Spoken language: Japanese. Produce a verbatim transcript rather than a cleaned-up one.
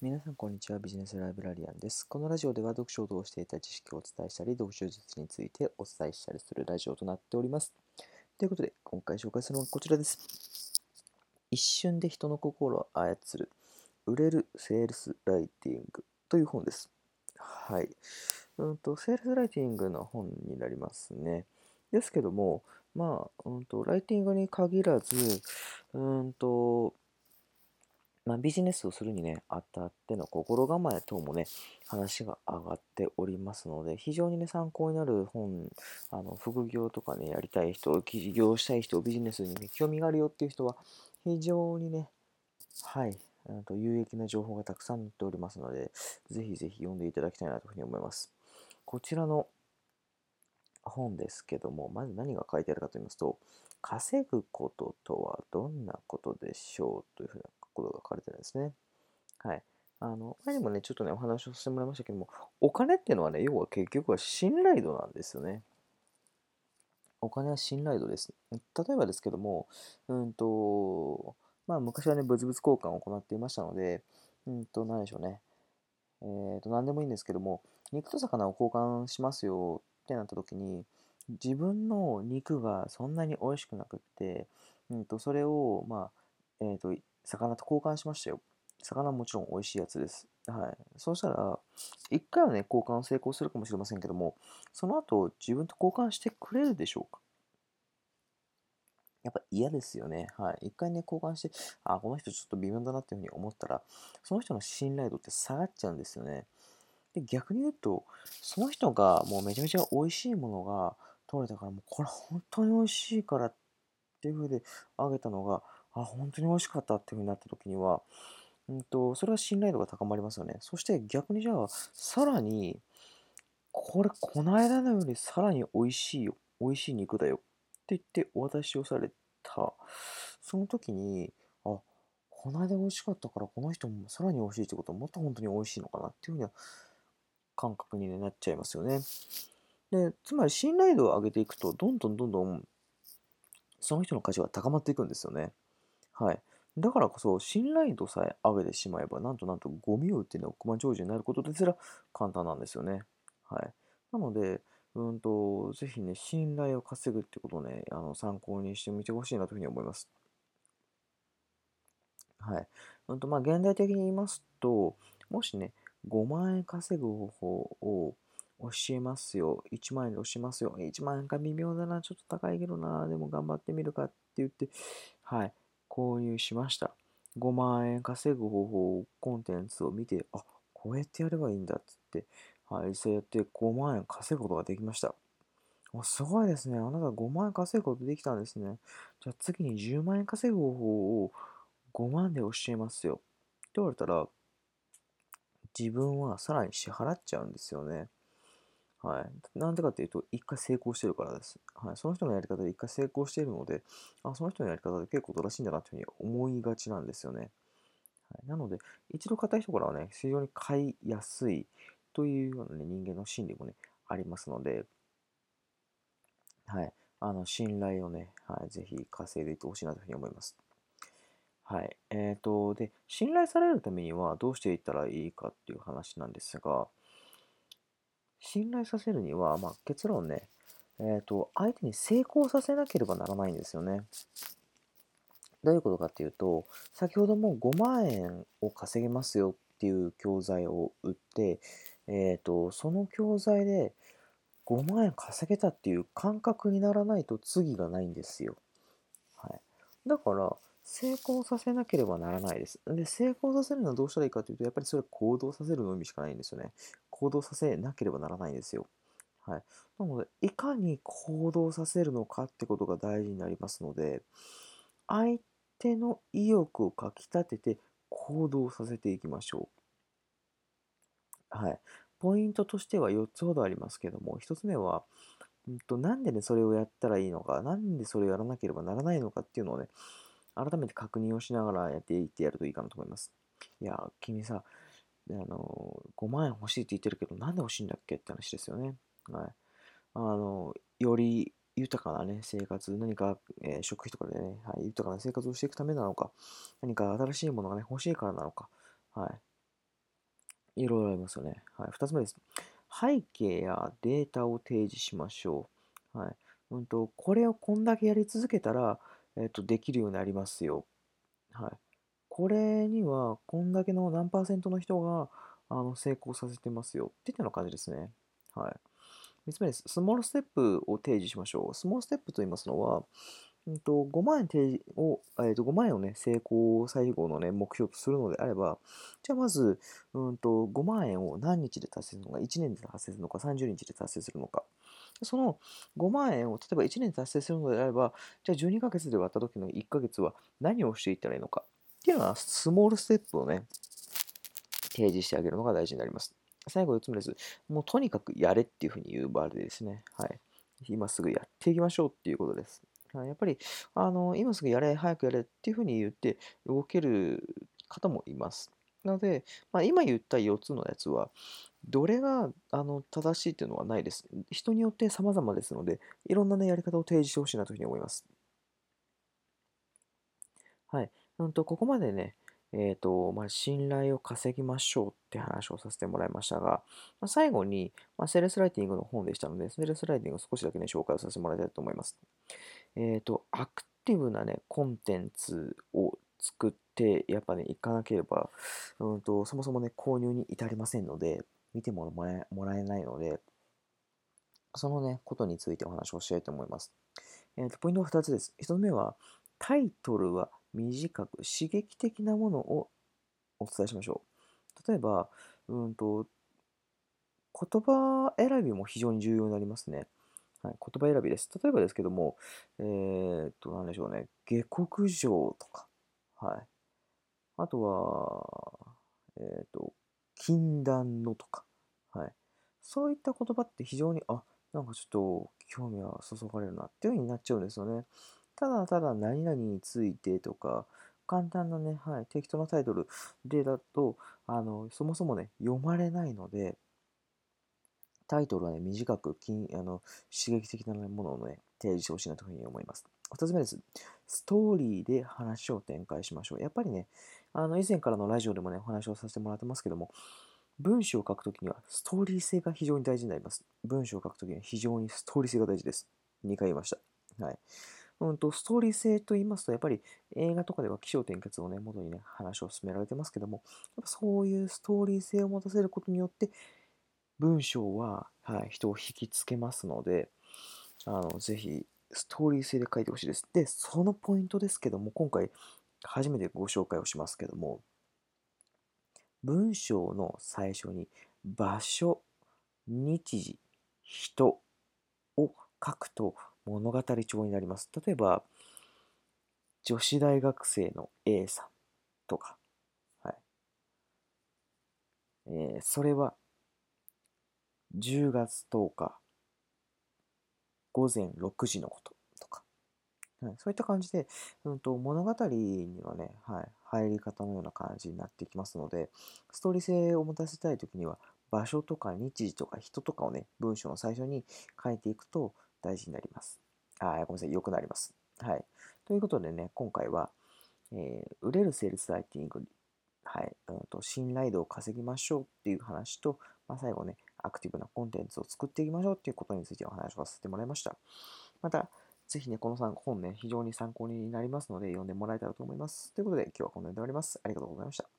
皆さん、こんにちは。ビジネスライブラリアンです。このラジオでは読書を通していた知識をお伝えしたり、読書術についてお伝えしたりするラジオとなっております。ということで、今回紹介するのはこちらです。一瞬で人の心を操る、売れるセールスライティングという本です。はい。うんと、セールスライティングの本になりますね。ですけども、まあ、うんと、ライティングに限らず、うんと、まあ、ビジネスをするにね、あたっての心構え等もね、話が上がっておりますので、非常にね、参考になる本、あの、副業とかね、やりたい人、起業したい人、ビジネスにね、興味があるよっていう人は、非常にね、はい、あと有益な情報がたくさん載っておりますので、ぜひぜひ読んでいただきたいなというふうに思います。こちらの本ですけども、まず何が書いてあるかと言いますと、稼ぐこととはどんなことでしょうというふうなことが書かれてるんですね。はい。あの、前にもね、ちょっとね、お話をさせてもらいましたけども、お金っていうのはね、要は結局は信頼度なんですよね。お金は信頼度です。例えばですけども、うんと、まあ、昔はね、物々交換を行っていましたので、うんと、何でしょうね。えっと、何でもいいんですけども、肉と魚を交換しますよってなった時に、自分の肉がそんなに美味しくなくって、うんと、それを、まあ、えっと、魚と交換しましたよ。魚はもちろん美味しいやつです。はい。そうしたら、一回はね、交換成功するかもしれませんけども、その後、自分と交換してくれるでしょうか？やっぱ嫌ですよね。はい。一回ね、交換して、あ、この人ちょっと微妙だなっていうふうに思ったら、その人の信頼度って下がっちゃうんですよね。で、逆に言うと、その人がもうめちゃめちゃ美味しいものが取れたから、もうこれ本当に美味しいからっていう風であげたのが、あ、本当に美味しかったっていう風になった時には、うんと、それは信頼度が高まりますよね。そして逆にじゃあ、さらに、これこの間のよりさらに美味しいよ、美味しい肉だよって言ってお渡しをされた。その時に、あ、この間美味しかったから、この人もさらに美味しいってことはもっと本当に美味しいのかなっていう風な感覚に、ね、なっちゃいますよね。で、つまり信頼度を上げていくと、どんどんどんどんその人の価値は高まっていくんですよね。はい。だからこそ、信頼度さえ上げてしまえば、なんとなんとゴミを売ってね、億万長者になることですら簡単なんですよね。はい。なので、うんと、ぜひね、信頼を稼ぐってことをね、あの、参考にしてみてほしいなというふうに思います。はい。うんと、まあ、現代的に言いますと、もしね、ごまん円稼ぐ方法を教えますよ。いちまん円で教えますよ。いちまん円か微妙だな、ちょっと高いけどな、でも頑張ってみるかって言って、はい、購入しました。ごまん円稼ぐ方法、コンテンツを見て、あ、こうやってやればいいんだっつって、はい、そうやってごまん円稼ぐことができました。あ、すごいですね。あなたごまん円稼ぐことできたんですね。じゃあ次にじゅうまん円稼ぐ方法をごまんで教えますよ。って言われたら、自分はさらに支払っちゃうんですよね。はい。なんでかっていうと、一回成功してるからです。はい。その人のやり方で一回成功しているので、あ、その人のやり方で結構正しいんだなというふうに思いがちなんですよね。はい。なので、一度買った人からはね、非常に買いやすいというようなね、人間の心理もね、ありますので、はい。あの、信頼をね、はい、ぜひ稼いでいってほしいなというふうに思います。はい。えっと、で、信頼されるためにはどうしていったらいいかっていう話なんですが、信頼させるには、まあ、結論ね、えっと、相手に成功させなければならないんですよね。どういうことかっていうと、先ほどもごまん円を稼げますよっていう教材を売って、えっと、その教材でごまん円稼げたっていう感覚にならないと次がないんですよ。はい。だから、成功させなければならないです。で、成功させるのはどうしたらいいかというと、やっぱりそれは行動させるのみしかないんですよね。行動させなければならないんですよ。はい。なので、いかに行動させるのかってことが大事になりますので、相手の意欲をかき立てて行動させていきましょう。はい。ポイントとしてはよっつほどありますけども、ひとつめは、うんと、なんでね、それをやったらいいのか、なんでそれをやらなければならないのかっていうのをね、改めて確認をしながらやっていってやるといいかなと思います。いや、君さ、あの、ごまん円欲しいって言ってるけど、なんで欲しいんだっけって話ですよね。はい。あの、より豊かなね、生活、何か、えー食費とかでね、はい、豊かな生活をしていくためなのか、何か新しいものがね、欲しいからなのか、はい。 いろいろありますよね。はい。二つ目です。背景やデータを提示しましょう。はい。うんと、これをこんだけやり続けたら、えっと、できるようになりますよ。はい。これには、こんだけの何パーセントの人が、あの、成功させてますよ。っていったような感じですね。はい。みっつめです。スモールステップを提示しましょう。スモールステップと言いますのは、うんと、ごまん円提示を、えっと、ごまん円をね、成功最後のね、目標とするのであれば、じゃあまず、うんと、ごまん円を何日で達成するのか、いちねんで達成するのか、さんじゅうにちで達成するのか。そのごまん円を例えばいちねんで達成するのであれば、じゃあじゅうにかげつで割った時のいっかげつは何をしていったらいいのかっていうのは、スモールステップをね、提示してあげるのが大事になります。最後よっつめです。もうとにかくやれっていうふうに言う場合でですね。はい。今すぐやっていきましょうっていうことです。はい、やっぱり、あの、今すぐやれ、早くやれっていうふうに言って動ける方もいます。なので、まあ、今言ったよっつのやつは、どれがあの正しいっていうのはないです。人によって様々ですので、いろんな、ね、やり方を提示してほしいなというふうに思います。はい。うんと、ここまでね、えっと、まあ、信頼を稼ぎましょうって話をさせてもらいましたが、まあ、最後に、まあ、セールスライティングの本でしたので、セールスライティングを少しだけね、紹介をさせてもらいたいと思います。えっと、アクティブなね、コンテンツを作って、やっぱね、いかなければ、うんと、そもそもね、購入に至りませんので、見てもらえもらえないので、そのね、ことについてお話をしたいと思います。えーと、ポイントはふたつです。ひとつめは、タイトルは短く刺激的なものをお伝えしましょう。例えば、うんと、言葉選びも非常に重要になりますね。はい、言葉選びです。例えばですけども、えーと、なんでしょうね。下克上とか、はい。あとは、えっと、禁断のとか、はい。そういった言葉って非常に、あ、なんかちょっと興味が注がれるなっていう風になっちゃうんですよね。ただただ何々についてとか、簡単なね、はい、適当なタイトルでだと、あの、そもそもね、読まれないので、タイトルはね、短くきあの刺激的なものをね、提示してほしいなというふうに思います。ふたつめです。ストーリーで話を展開しましょう。やっぱりね、あの以前からのラジオでもね、お話をさせてもらってますけども、文章を書くときにはストーリー性が非常に大事になります。文章を書くときには非常にストーリー性が大事です。にかい言いました。はい。うんと、ストーリー性と言いますと、やっぱり映画とかでは起承転結をね、元にね、話を進められてますけども、やっぱそういうストーリー性を持たせることによって、文章は、はい、人を引きつけますので、あの、ぜひ、ストーリー性で書いてほしいです。で、そのポイントですけども、今回、初めてご紹介をしますけども、文章の最初に場所、日時、人を書くと物語調になります。例えば、女子大学生の A さんとか、はい。えーそれはじゅうがつとおか午前ろくじのこととか、はい、そういった感じで、うんと、物語にはね、はい、入り方のような感じになってきますので、ストーリー性を持たせたいときには、場所とか日時とか人とかをね、文章の最初に書いていくと大事になります。あ、ごめんなさい、良くなります。はい。ということでね、今回は、えー売れるセールスライティング、はい、うんと、信頼度を稼ぎましょうっていう話と、まあ、最後ね、アクティブなコンテンツを作っていきましょうっていうことについてお話をさせてもらいました。また、ぜひね、この本ね、非常に参考になりますので、読んでもらえたらと思います。ということで、今日はこの辺で終わります。ありがとうございました。